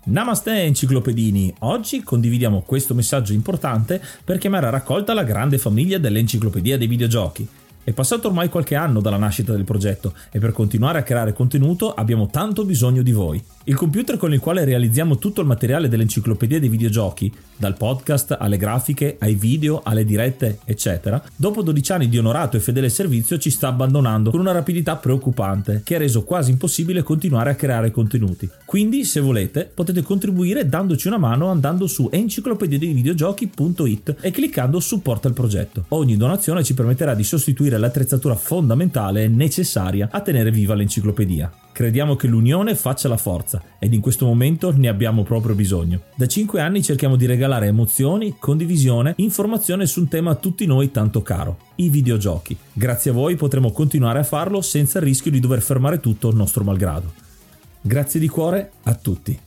Namaste enciclopedini, oggi condividiamo questo messaggio importante per chiamare a raccolta la grande famiglia dell'enciclopedia dei videogiochi. È passato ormai qualche anno dalla nascita del progetto e per continuare a creare contenuto abbiamo tanto bisogno di voi. Il computer con il quale realizziamo tutto il materiale dell'enciclopedia dei videogiochi, dal podcast alle grafiche, ai video, alle dirette, eccetera, dopo 12 anni di onorato e fedele servizio ci sta abbandonando con una rapidità preoccupante che ha reso quasi impossibile continuare a creare contenuti. Quindi, se volete, potete contribuire dandoci una mano andando su enciclopediadeivideogiochi.it e cliccando supporta il progetto. Ogni donazione ci permetterà di sostituire l'attrezzatura fondamentale e necessaria a tenere viva l'enciclopedia. Crediamo che l'unione faccia la forza ed in questo momento ne abbiamo proprio bisogno. Da 5 anni cerchiamo di regalare emozioni, condivisione, informazione su un tema a tutti noi tanto caro, i videogiochi. Grazie a voi potremo continuare a farlo senza il rischio di dover fermare tutto nostro malgrado. Grazie di cuore a tutti.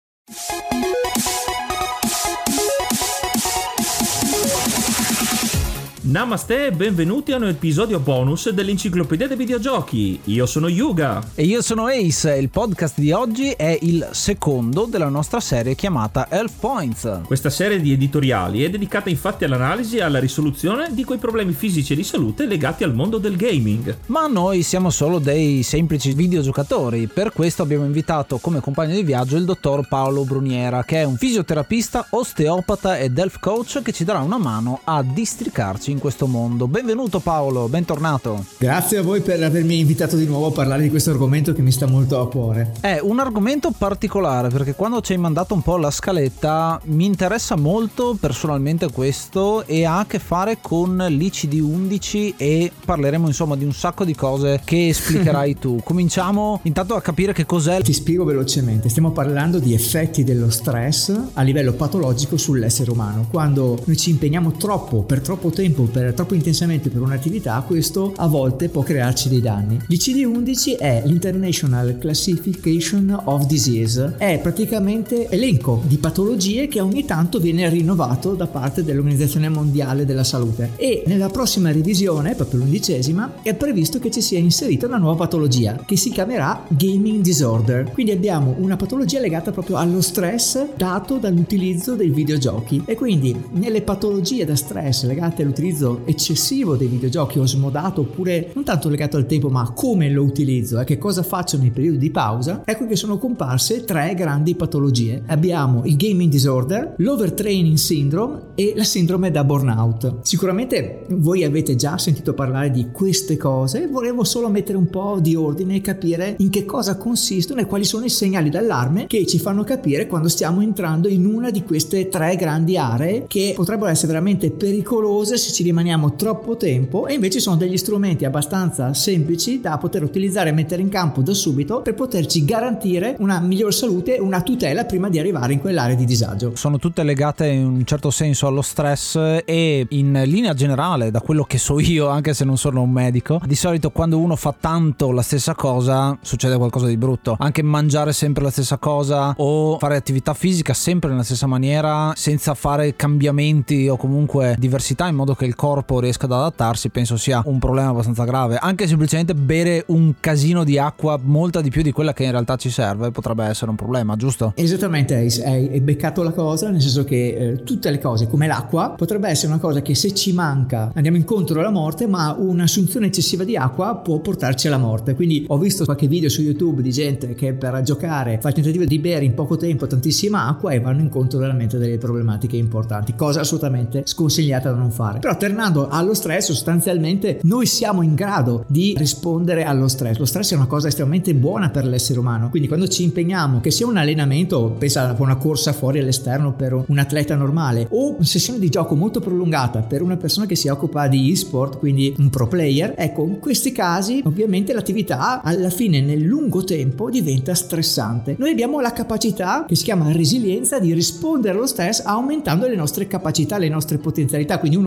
Namaste e benvenuti a un episodio bonus dell'enciclopedia dei videogiochi. Io sono Yuga. E io sono Ace. Il podcast di oggi è il secondo della nostra serie chiamata Health Points. Questa serie di editoriali è dedicata infatti all'analisi e alla risoluzione di quei problemi fisici e di salute legati al mondo del gaming. Ma noi siamo solo dei semplici videogiocatori, per questo abbiamo invitato come compagno di viaggio il dottor Paolo Bruniera, che è un fisioterapista, osteopata ed health coach che ci darà una mano a districarci in questo mondo. Benvenuto Paolo, bentornato. Grazie a voi per avermi invitato di nuovo a parlare di questo argomento che mi sta molto a cuore. È un argomento particolare perché quando ci hai mandato un po' la scaletta mi interessa molto personalmente questo e ha a che fare con l'ICD-11 e parleremo insomma di un sacco di cose che esplicherai tu. Cominciamo intanto a capire che cos'è. Ti spiego velocemente. Stiamo parlando di effetti dello stress a livello patologico sull'essere umano. Quando noi ci impegniamo troppo, per troppo tempo, troppo intensamente per un'attività, questo a volte può crearci dei danni. L'ICD-11 è l'International Classification of Disease, è praticamente elenco di patologie che ogni tanto viene rinnovato da parte dell'Organizzazione Mondiale della Salute e nella prossima revisione, proprio l'11ª, è previsto che ci sia inserita una nuova patologia che si chiamerà Gaming Disorder. Quindi abbiamo una patologia legata proprio allo stress dato dall'utilizzo dei videogiochi e quindi nelle patologie da stress legate all'utilizzo eccessivo dei videogiochi o smodato oppure non tanto legato al tempo ma come lo utilizzo, che cosa faccio nei periodi di pausa, ecco che sono comparse 3 grandi patologie. Abbiamo il gaming disorder, l'overtraining syndrome e la sindrome da burnout. Sicuramente voi avete già sentito parlare di queste cose, volevo solo mettere un po' di ordine e capire in che cosa consistono e quali sono i segnali d'allarme che ci fanno capire quando stiamo entrando in una di queste 3 grandi aree che potrebbero essere veramente pericolose se ci rimaniamo troppo tempo e invece sono degli strumenti abbastanza semplici da poter utilizzare e mettere in campo da subito per poterci garantire una miglior salute e una tutela prima di arrivare in quell'area di disagio. Sono tutte legate in un certo senso allo stress e in linea generale, da quello che so io, anche se non sono un medico, di solito quando uno fa tanto la stessa cosa succede qualcosa di brutto. Anche mangiare sempre la stessa cosa o fare attività fisica sempre nella stessa maniera senza fare cambiamenti o comunque diversità in modo che il corpo riesca ad adattarsi, penso sia un problema abbastanza grave. Anche semplicemente bere un casino di acqua, molta di più di quella che in realtà ci serve, potrebbe essere un problema, giusto? Esattamente, hai beccato la cosa, nel senso che tutte le cose come l'acqua potrebbe essere una cosa che se ci manca andiamo incontro alla morte, ma un'assunzione eccessiva di acqua può portarci alla morte. Quindi ho visto qualche video su YouTube di gente che per giocare fa il tentativo di bere in poco tempo tantissima acqua e vanno incontro veramente delle problematiche importanti, cosa assolutamente sconsigliata da non fare. Però tornando allo stress, sostanzialmente noi siamo in grado di rispondere allo stress. Lo stress è una cosa estremamente buona per l'essere umano, quindi quando ci impegniamo, che sia un allenamento, pensa a una corsa fuori all'esterno per un atleta normale o una sessione di gioco molto prolungata per una persona che si occupa di e-sport, quindi un pro player, ecco, in questi casi ovviamente l'attività alla fine nel lungo tempo diventa stressante. Noi abbiamo la capacità, che si chiama resilienza, di rispondere allo stress aumentando le nostre capacità, le nostre potenzialità. Quindi uno che corre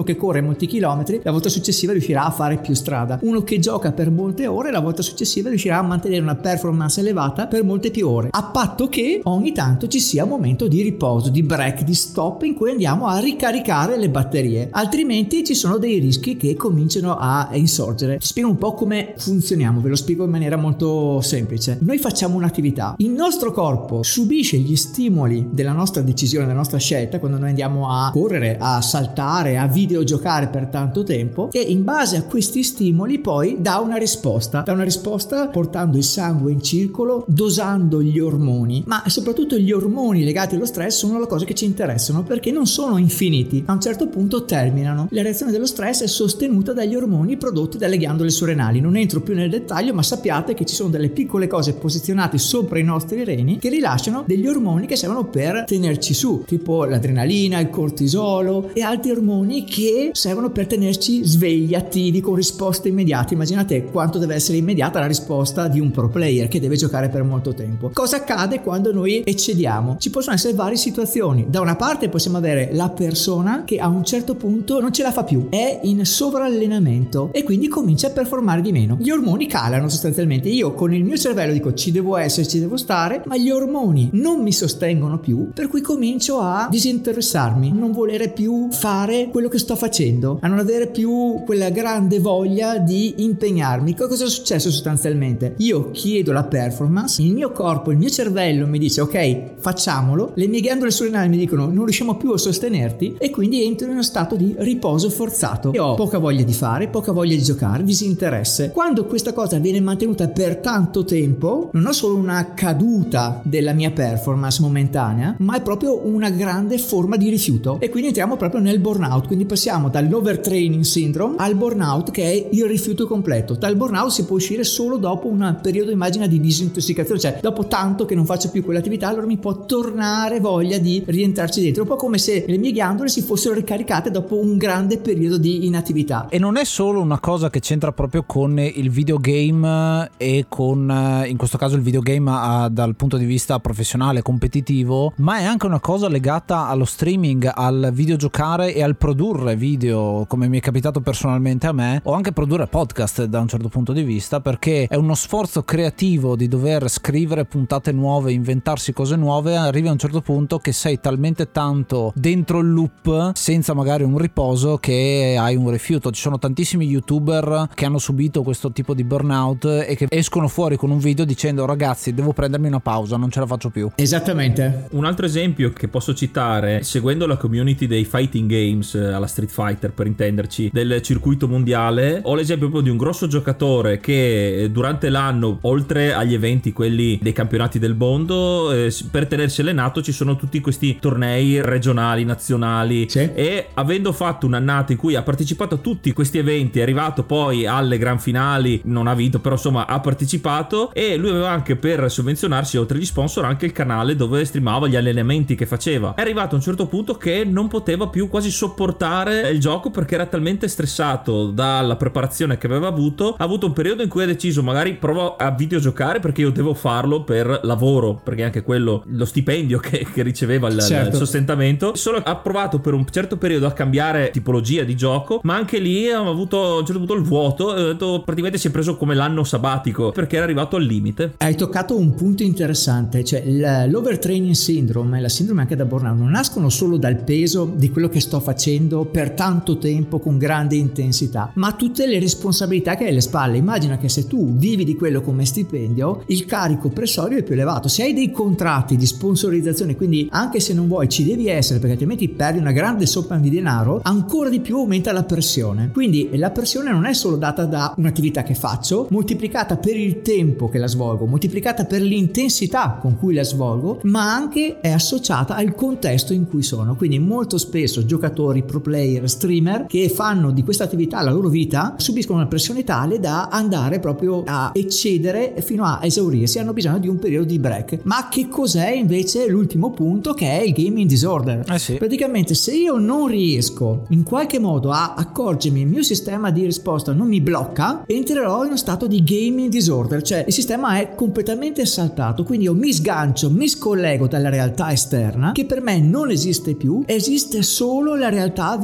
molti chilometri, la volta successiva riuscirà a fare più strada. Uno che gioca per molte ore, la volta successiva riuscirà a mantenere una performance elevata per molte più ore, a patto che ogni tanto ci sia un momento di riposo, di break, di stop in cui andiamo a ricaricare le batterie, altrimenti ci sono dei rischi che cominciano a insorgere. Ti spiego un po' come funzioniamo, ve lo spiego in maniera molto semplice. Noi facciamo un'attività, il nostro corpo subisce gli stimoli della nostra decisione, della nostra scelta, quando noi andiamo a correre, a saltare, a videogiocare per tanto tempo, e in base a questi stimoli poi dà una risposta portando il sangue in circolo, dosando gli ormoni, ma soprattutto gli ormoni legati allo stress sono le cose che ci interessano perché non sono infiniti, a un certo punto terminano. La reazione dello stress è sostenuta dagli ormoni prodotti dalle ghiandole surrenali. Non entro più nel dettaglio, ma sappiate che ci sono delle piccole cose posizionate sopra i nostri reni che rilasciano degli ormoni che servono per tenerci su, tipo l'adrenalina, il cortisolo e altri ormoni che servono per tenerci svegli, attivi, con risposte immediate. Immaginate quanto deve essere immediata la risposta di un pro player che deve giocare per molto tempo. Cosa accade quando noi eccediamo? Ci possono essere varie situazioni. Da una parte possiamo avere la persona che a un certo punto non ce la fa più, è in sovrallenamento e quindi comincia a performare di meno. Gli ormoni calano sostanzialmente. Io con il mio cervello dico ci devo essere, ci devo stare, ma gli ormoni non mi sostengono più, per cui comincio a disinteressarmi, non volere più fare quello che sto facendo, a non avere più quella grande voglia di impegnarmi. Cosa è successo sostanzialmente? Io chiedo la performance, il mio corpo, il mio cervello mi dice ok, facciamolo, le mie ghiandole surrenali mi dicono non riusciamo più a sostenerti, e quindi entro in uno stato di riposo forzato e ho poca voglia di fare, poca voglia di giocare, disinteresse. Quando questa cosa viene mantenuta per tanto tempo, non ho solo una caduta della mia performance momentanea, ma è proprio una grande forma di rifiuto, e quindi entriamo proprio nel burnout. Quindi passiamo dall'overtraining syndrome al burnout, che è il rifiuto completo. Dal burnout si può uscire solo dopo un periodo, immagina, di disintossicazione, cioè dopo tanto che non faccio più quell'attività, allora mi può tornare voglia di rientrarci dentro, un po' come se le mie ghiandole si fossero ricaricate dopo un grande periodo di inattività. E non è solo una cosa che c'entra proprio con il videogame e con, in questo caso, il videogame dal punto di vista professionale, competitivo, ma è anche una cosa legata allo streaming, al videogiocare e al produrre video, come mi è capitato personalmente a me, o anche produrre podcast da un certo punto di vista, perché è uno sforzo creativo di dover scrivere puntate nuove, inventarsi cose nuove. Arrivi a un certo punto che sei talmente tanto dentro il loop senza magari un riposo che hai un rifiuto. Ci sono tantissimi youtuber che hanno subito questo tipo di burnout e che escono fuori con un video dicendo ragazzi devo prendermi una pausa, non ce la faccio più. Esattamente. Un altro esempio che posso citare, seguendo la community dei fighting games alla Street Fighter, per intenderci, del circuito mondiale, ho l'esempio proprio di un grosso giocatore che durante l'anno, oltre agli eventi quelli dei campionati del mondo, per tenersi allenato ci sono tutti questi tornei regionali, nazionali, sì. E avendo fatto un'annata in cui ha partecipato a tutti questi eventi, è arrivato poi alle gran finali, non ha vinto, però insomma ha partecipato, e lui aveva anche, per sovvenzionarsi oltre agli sponsor, anche il canale dove streamava gli allenamenti che faceva. È arrivato a un certo punto che non poteva più quasi sopportare il gioco perché era talmente stressato dalla preparazione che aveva avuto. Ha avuto un periodo in cui ha deciso magari provo a videogiocare perché io devo farlo per lavoro, perché anche quello, lo stipendio che riceveva il sostentamento. Solo ha provato per un certo periodo a cambiare tipologia di gioco, ma anche lì ha avuto a un certo punto il vuoto, praticamente si è preso come l'anno sabbatico perché era arrivato al limite. Hai toccato un punto interessante, cioè l'overtraining syndrome e la sindrome anche da burnout non nascono solo dal peso di quello che sto facendo per tanto tempo con grande intensità, ma tutte le responsabilità che hai alle spalle. Immagina che se tu vivi di quello come stipendio, il carico pressorio è più elevato. Se hai dei contratti di sponsorizzazione, quindi anche se non vuoi ci devi essere perché altrimenti perdi una grande somma di denaro, ancora di più aumenta la pressione. Quindi la pressione non è solo data da un'attività che faccio, moltiplicata per il tempo che la svolgo, moltiplicata per l'intensità con cui la svolgo, ma anche è associata al contesto in cui sono. Quindi molto spesso giocatori, pro player, streamer che fanno di questa attività la loro vita subiscono una pressione tale da andare proprio a eccedere fino a esaurirsi, hanno bisogno di un periodo di break. Ma che cos'è invece l'ultimo punto, che è il gaming disorder? Sì. Praticamente se io non riesco in qualche modo a accorgermi, il mio sistema di risposta non mi blocca, entrerò in uno stato di gaming disorder, cioè il sistema è completamente saltato, quindi io mi sgancio, mi scollego dalla realtà esterna che per me non esiste più, esiste solo la realtà virtuale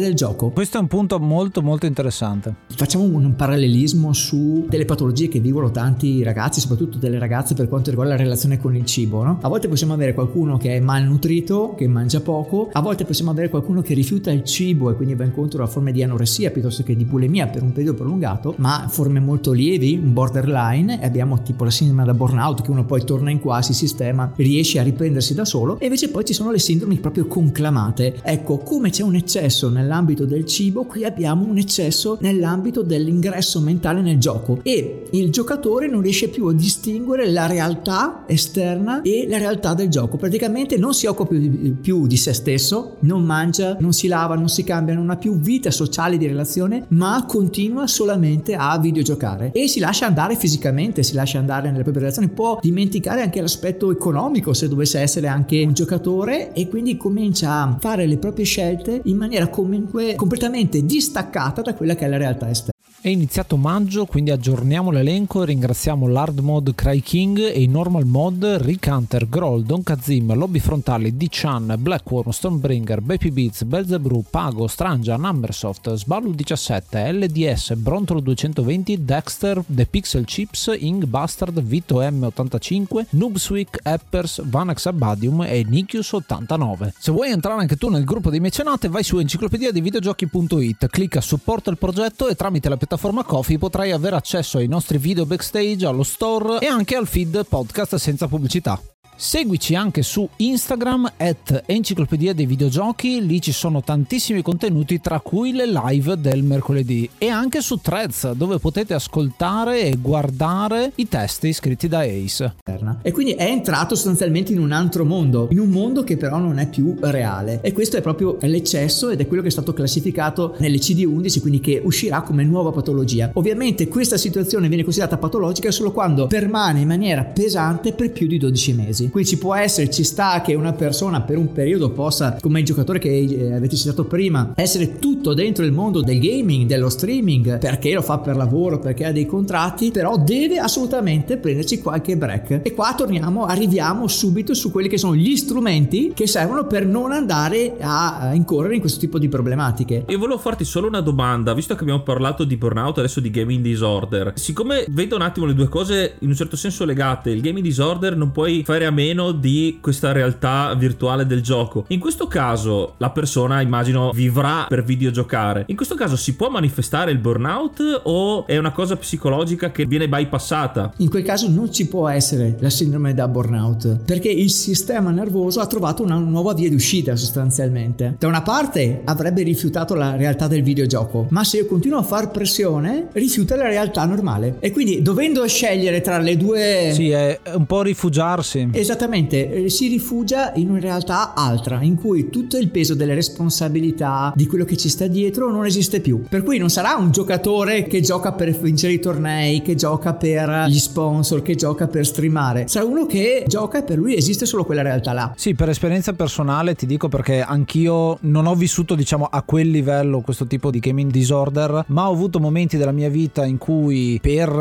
del gioco. Questo è un punto molto molto interessante. Facciamo un parallelismo su delle patologie che vivono tanti ragazzi, soprattutto delle ragazze, per quanto riguarda la relazione con il cibo, no? A volte possiamo avere qualcuno che è malnutrito, che mangia poco, a volte possiamo avere qualcuno che rifiuta il cibo e quindi va incontro a forme di anoressia piuttosto che di bulimia per un periodo prolungato, ma forme molto lievi, un borderline, e abbiamo tipo la sindrome da burnout, che uno poi torna in qua, si sistema, riesce a riprendersi da solo. E invece poi ci sono le sindromi proprio conclamate. Ecco, come c'è un eccesso nell'ambito del cibo, qui abbiamo un eccesso nell'ambito dell'ingresso mentale nel gioco, e il giocatore non riesce più a distinguere la realtà esterna e la realtà del gioco. Praticamente non si occupa più di se stesso, non mangia, non si lava, non si cambia, non ha più vita sociale di relazione, ma continua solamente a videogiocare e si lascia andare fisicamente, si lascia andare nelle proprie relazioni, può dimenticare anche l'aspetto economico se dovesse essere anche un giocatore, e quindi comincia a fare le proprie scelte in maniera comunque completamente distaccata da quella che è la realtà esterna. È iniziato maggio, quindi aggiorniamo l'elenco e ringraziamo l'hard mod Cry King e i normal mod Rick Hunter, Groll, Don Kazim, Lobby Frontali, D-Chan, Blackworm, Stormbringer, Baby Beats, Belzebrew, Pago, Strangia, Numbersoft, Sballu 17, LDS, Brontolo 220, Dexter, The Pixel Chips, Ing Bastard, Vito M85, Noobswick, Eppers, Vanex Abadium e Nikius 89. Se vuoi entrare anche tu nel gruppo dei mecenate, vai su enciclopedia dei videogiochi.it, clicca supporta il progetto e tramite la piattaforma Ko-fi potrai avere accesso ai nostri video backstage, allo store e anche al feed podcast senza pubblicità. Seguici anche su Instagram @enciclopedia dei videogiochi, lì ci sono tantissimi contenuti tra cui le live del mercoledì, e anche su Threads dove potete ascoltare e guardare i testi scritti da Ace. E quindi è entrato sostanzialmente in un altro mondo, in un mondo che però non è più reale, e questo è proprio l'eccesso ed è quello che è stato classificato nelle CD11, quindi che uscirà come nuova patologia. Ovviamente questa situazione viene considerata patologica solo quando permane in maniera pesante per più di 12 mesi. Quindi ci sta che una persona per un periodo possa, come il giocatore che avete citato prima, essere tutto dentro il mondo del gaming, dello streaming, perché lo fa per lavoro, perché ha dei contratti, però deve assolutamente prenderci qualche break. E qua arriviamo subito su quelli che sono gli strumenti che servono per non andare a incorrere in questo tipo di problematiche. Io volevo farti solo una domanda, visto che abbiamo parlato di burnout, adesso di gaming disorder. Siccome vedo un attimo le due cose in un certo senso legate, il gaming disorder non puoi fare a meno di questa realtà virtuale del gioco. In questo caso la persona, immagino, vivrà per videogiocare. In questo caso si può manifestare il burnout o è una cosa psicologica che viene bypassata? In quel caso non ci può essere la sindrome da burnout, perché il sistema nervoso ha trovato una nuova via di uscita sostanzialmente. Da una parte avrebbe rifiutato la realtà del videogioco, ma se io continuo a far pressione rifiuta la realtà normale, e quindi dovendo scegliere tra le due, sì, è un po' rifugiarsi. Esattamente, si rifugia in una realtà altra, in cui tutto il peso delle responsabilità, di quello che ci sta dietro, non esiste più. Per cui non sarà un giocatore che gioca per vincere i tornei, che gioca per gli sponsor, che gioca per streamare. Sarà uno che gioca e per lui esiste solo quella realtà là. Sì, per esperienza personale ti dico, perché anch'io non ho vissuto, diciamo, a quel livello questo tipo di gaming disorder, ma ho avuto momenti della mia vita in cui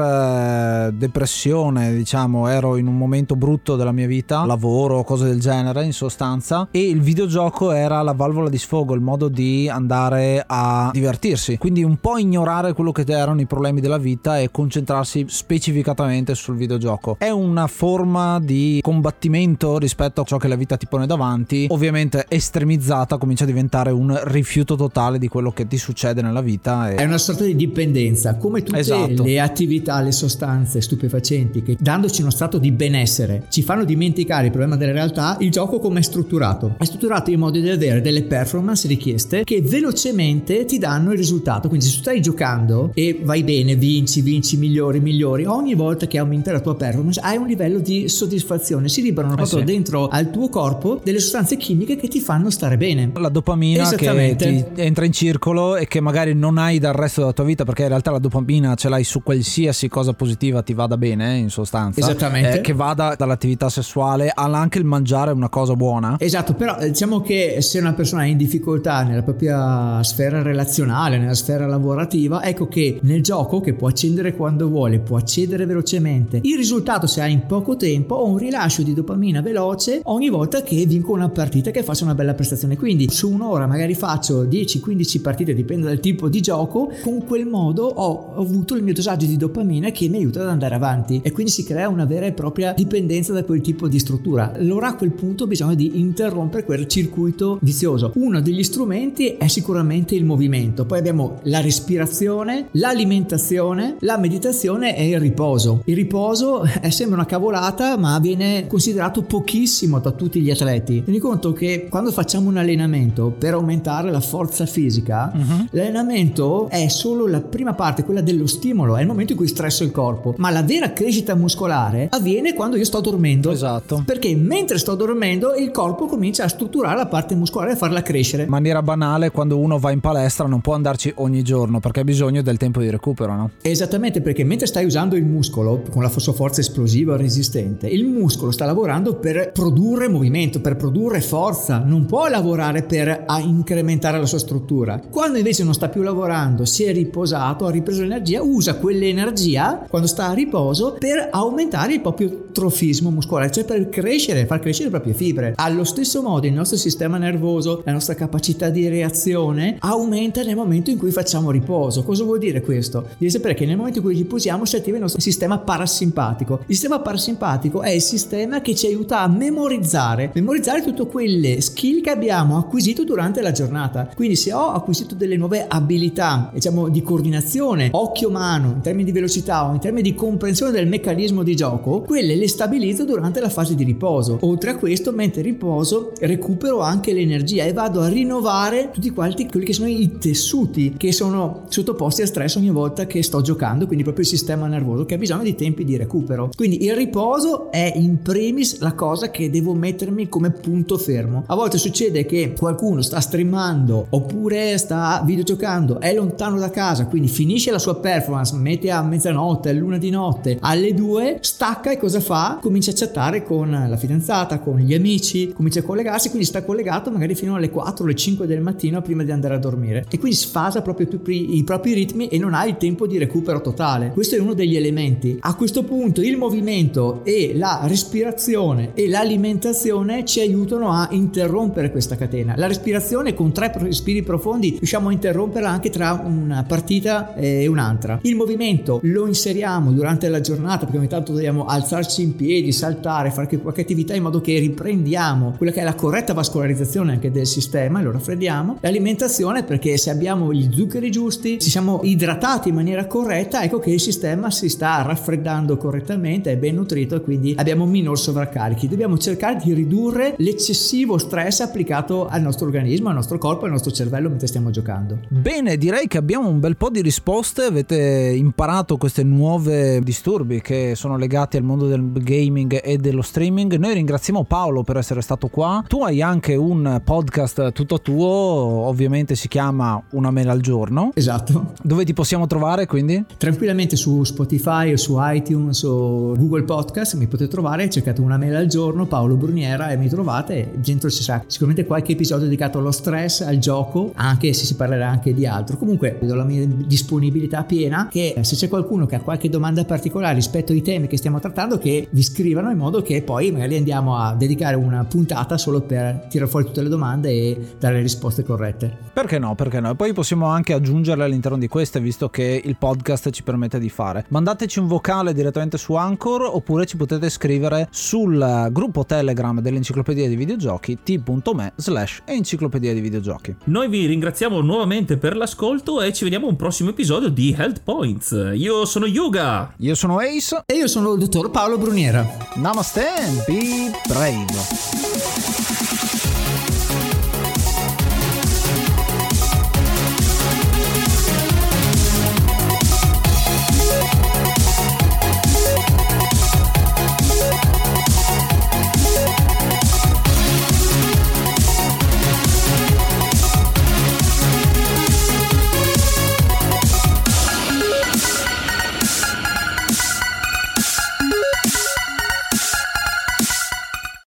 per depressione, diciamo, ero in un momento brutto della mia vita, lavoro, cose del genere in sostanza, e il videogioco era la valvola di sfogo, il modo di andare a divertirsi, quindi un po' ignorare quello che erano i problemi della vita e concentrarsi specificatamente sul videogioco. È una forma di combattimento rispetto a ciò che la vita ti pone davanti, ovviamente estremizzata, comincia a diventare un rifiuto totale di quello che ti succede nella vita è una sorta di dipendenza, come tutte esatto. Le attività, le sostanze stupefacenti che, dandoci uno stato di benessere, ci fanno dimenticare il problema della realtà. Il gioco come è strutturato in modo di avere delle performance richieste che velocemente ti danno il risultato. Quindi se tu stai giocando e vai bene, vinci migliori, ogni volta che aumenta la tua performance hai un livello di soddisfazione, si liberano proprio dentro al tuo corpo delle sostanze chimiche che ti fanno stare bene, la dopamina che ti entra in circolo e che magari non hai dal resto della tua vita, perché in realtà la dopamina ce l'hai su qualsiasi cosa positiva ti vada bene, in sostanza. Esattamente. Che vada dall'attività sessuale anche il mangiare è una cosa buona. Esatto, però diciamo che se una persona è in difficoltà nella propria sfera relazionale, nella sfera lavorativa, ecco che nel gioco, che può accendere quando vuole, può accedere velocemente, il risultato se hai in poco tempo ho un rilascio di dopamina veloce ogni volta che vinco una partita, che faccio una bella prestazione. Quindi su un'ora magari faccio 10-15 partite, dipende dal tipo di gioco, con quel modo ho avuto il mio dosaggio di dopamina che mi aiuta ad andare avanti, e quindi si crea una vera e propria dipendenza da quel tipo di struttura. Allora a quel punto bisogna di interrompere quel circuito vizioso. Uno degli strumenti è sicuramente il movimento, poi abbiamo la respirazione, l'alimentazione, la meditazione e il riposo. Il riposo sembra una cavolata, ma viene considerato pochissimo da tutti gli atleti. Tieni conto che quando facciamo un allenamento per aumentare la forza fisica, l'allenamento è solo la prima parte, quella dello stimolo, è il momento in cui stresso il corpo, ma la vera crescita muscolare avviene quando io sto dormendo. Esatto. Perché mentre sto dormendo il corpo comincia a strutturare la parte muscolare e a farla crescere. In maniera banale, quando uno va in palestra non può andarci ogni giorno perché ha bisogno del tempo di recupero, no? Esattamente, perché mentre stai usando il muscolo con la sua forza esplosiva resistente, il muscolo sta lavorando per produrre movimento, per produrre forza, non può lavorare per incrementare la sua struttura. Quando invece non sta più lavorando, si è riposato, ha ripreso l'energia, usa quell'energia quando sta a riposo per aumentare il proprio trofismo muscolare, cioè per crescere, far crescere le proprie fibre. Allo stesso modo il nostro sistema nervoso, la nostra capacità di reazione aumenta nel momento in cui facciamo riposo. Cosa vuol dire questo? Devi sapere che nel momento in cui riposiamo si attiva il nostro sistema parasimpatico. Il sistema parasimpatico è il sistema che ci aiuta a memorizzare tutte quelle skill che abbiamo acquisito durante la giornata. Quindi se ho acquisito delle nuove abilità, diciamo di coordinazione, occhio-mano, in termini di velocità o in termini di comprensione del meccanismo di gioco, quelle le stabilizzo durante la fase di riposo. Oltre a questo, mentre riposo recupero anche l'energia e vado a rinnovare tutti quanti quelli che sono i tessuti che sono sottoposti a stress ogni volta che sto giocando, quindi proprio il sistema nervoso che ha bisogno di tempi di recupero. Quindi il riposo è in primis la cosa che devo mettermi come punto fermo. A volte succede che qualcuno sta streamando oppure sta videogiocando, è lontano da casa, quindi finisce la sua performance, mette a mezzanotte, all'una di notte, alle 2, stacca e cosa fa? Comincia a chattare con la fidanzata, con gli amici, comincia a collegarsi, quindi sta collegato magari fino alle 4 o alle 5 del mattino prima di andare a dormire, e quindi sfasa proprio i propri ritmi e non ha il tempo di recupero totale. Questo è uno degli elementi. A questo punto il movimento e la respirazione e l'alimentazione ci aiutano a interrompere questa catena. La respirazione, con 3 respiri profondi riusciamo a interromperla anche tra una partita e un'altra. Il movimento lo inseriamo durante la giornata, perché ogni tanto dobbiamo alzarci in piedi, saltare, fare qualche attività in modo che riprendiamo quella che è la corretta vascolarizzazione anche del sistema e lo raffreddiamo. L'alimentazione, perché se abbiamo gli zuccheri giusti, ci siamo idratati in maniera corretta, ecco che il sistema si sta raffreddando correttamente, è ben nutrito e quindi abbiamo minor sovraccarichi. Dobbiamo cercare di ridurre l'eccessivo stress applicato al nostro organismo, al nostro corpo e al nostro cervello mentre stiamo giocando. Bene, direi che abbiamo un bel po' di risposte, avete imparato queste nuove disturbi che sono legati al mondo del gaming e dello streaming. Noi ringraziamo Paolo per essere stato qua. Tu hai anche un podcast tutto tuo, ovviamente si chiama Una mela al giorno. Esatto. Dove ti possiamo trovare quindi? Tranquillamente su Spotify o su iTunes o Google Podcast mi potete trovare, cercate Una mela al giorno, Paolo Bruniera, e mi trovate. Dentro ci sarà sicuramente qualche episodio dedicato allo stress, al gioco, anche se si parlerà anche di altro. Comunque do la mia disponibilità piena, che se c'è qualcuno che ha qualche domanda particolare rispetto ai temi che stiamo trattando, che vi scrivano in modo che poi magari andiamo a dedicare una puntata solo per tirare fuori tutte le domande e dare le risposte corrette. Perché no? E poi possiamo anche aggiungerle all'interno di queste, visto che il podcast ci permette di fare. Mandateci un vocale direttamente su Anchor, oppure ci potete scrivere sul gruppo Telegram dell'Enciclopedia di Videogiochi, t.me/enciclopedia di videogiochi. Noi vi ringraziamo nuovamente per l'ascolto e ci vediamo a un prossimo episodio di Health Points. Io sono Yuga. Io sono Ace. E io sono il dottor Paolo Bruniera. Namaste, be brave.